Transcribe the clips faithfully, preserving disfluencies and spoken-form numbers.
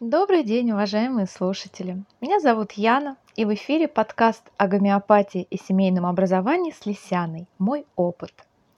Добрый день, уважаемые слушатели! Меня зовут Яна, и в эфире подкаст о гомеопатии и семейном образовании с Лисяной «Мой опыт».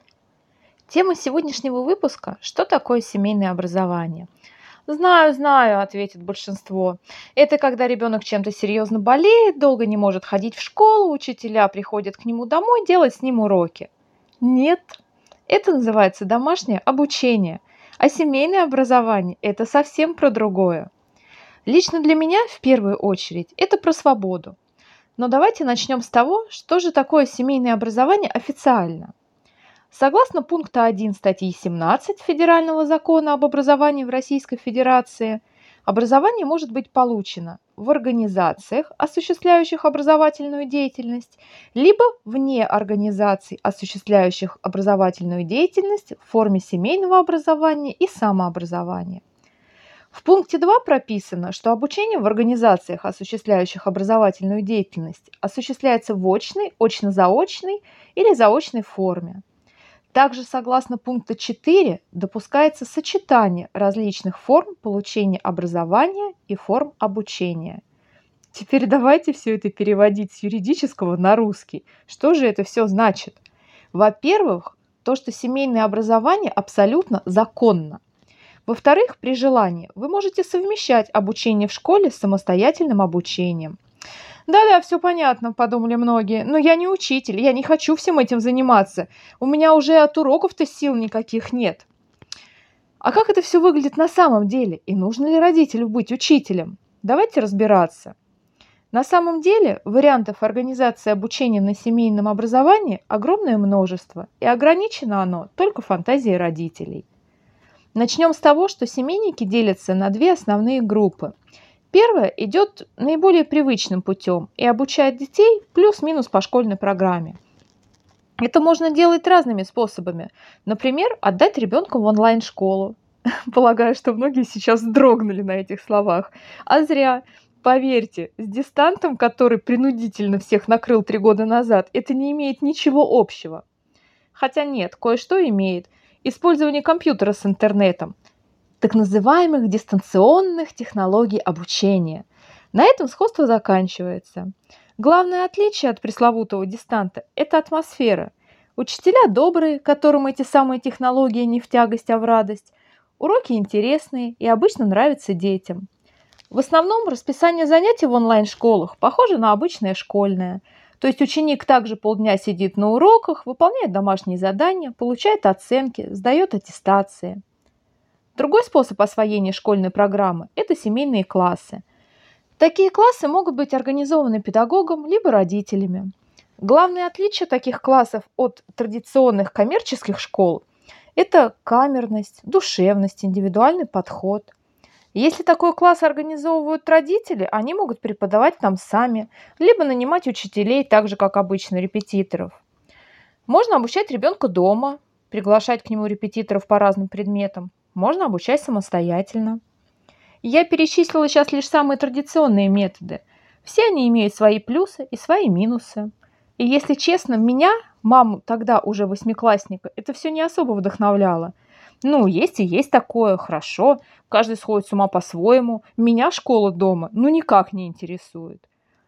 Тема сегодняшнего выпуска – что такое семейное образование? «Знаю, знаю», – ответит большинство. Это когда ребенок чем-то серьезно болеет, долго не может ходить в школу, учителя приходят к нему домой делать с ним уроки. Нет, это называется домашнее обучение, а семейное образование – это совсем про другое. Лично для меня, в первую очередь, это про свободу. Но давайте начнем с того, что же такое семейное образование официально. Согласно пункта один статьи семнадцать Федерального закона об образовании в Российской Федерации, образование может быть получено в организациях, осуществляющих образовательную деятельность, либо вне организаций, осуществляющих образовательную деятельность в форме семейного образования и самообразования. В пункте два прописано, что обучение в организациях, осуществляющих образовательную деятельность, осуществляется в очной, очно-заочной или заочной форме. Также, согласно пункта четыре, допускается сочетание различных форм получения образования и форм обучения. Теперь давайте все это переводить с юридического на русский. Что же это все значит? Во-первых, то, что семейное образование абсолютно законно. Во-вторых, при желании вы можете совмещать обучение в школе с самостоятельным обучением. Да-да, все понятно, подумали многие, но я не учитель, я не хочу всем этим заниматься. У меня уже от уроков-то сил никаких нет. А как это все выглядит на самом деле? И нужно ли родителю быть учителем? Давайте разбираться. На самом деле вариантов организации обучения на семейном образовании огромное множество, и ограничено оно только фантазией родителей. Начнем с того, что семейники делятся на две основные группы. Первая идет наиболее привычным путем и обучает детей плюс-минус по школьной программе. Это можно делать разными способами. Например, отдать ребенка в онлайн-школу. Полагаю, что многие сейчас вздрогнули на этих словах. А зря. Поверьте, с дистантом, который принудительно всех накрыл три года назад, это не имеет ничего общего. Хотя нет, кое-что имеет. Использование компьютера с интернетом, так называемых дистанционных технологий обучения. На этом сходство заканчивается. Главное отличие от пресловутого дистанта – это атмосфера. Учителя добрые, которым эти самые технологии не в тягость, а в радость. Уроки интересные и обычно нравятся детям. В основном расписание занятий в онлайн-школах похоже на обычное школьное. То есть ученик также полдня сидит на уроках, выполняет домашние задания, получает оценки, сдает аттестации. Другой способ освоения школьной программы – это семейные классы. Такие классы могут быть организованы педагогом либо родителями. Главное отличие таких классов от традиционных коммерческих школ – это камерность, душевность, индивидуальный подход. Если такой класс организовывают родители, они могут преподавать там сами, либо нанимать учителей, так же, как обычно, репетиторов. Можно обучать ребенка дома, приглашать к нему репетиторов по разным предметам. Можно обучать самостоятельно. Я перечислила сейчас лишь самые традиционные методы. Все они имеют свои плюсы и свои минусы. И если честно, меня, маму тогда уже восьмиклассника, это все не особо вдохновляло. Ну, есть и есть такое, хорошо, каждый сходит с ума по-своему. Меня школа дома ну никак не интересует.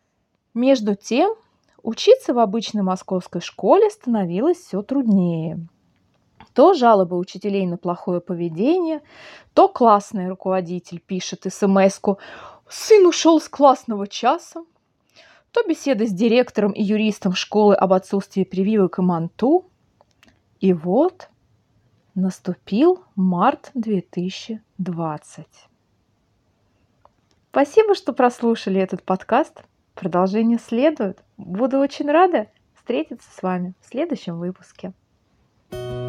Между тем, учиться в обычной московской школе становилось все труднее. То жалобы учителей на плохое поведение, то классный руководитель пишет эс-эм-эску «Сын ушел с классного часа», то беседа с директором и юристом школы об отсутствии прививок и манту. И вот наступил март две тысячи двадцать. Спасибо, что прослушали этот подкаст. Продолжение следует. Буду очень рада встретиться с вами в следующем выпуске.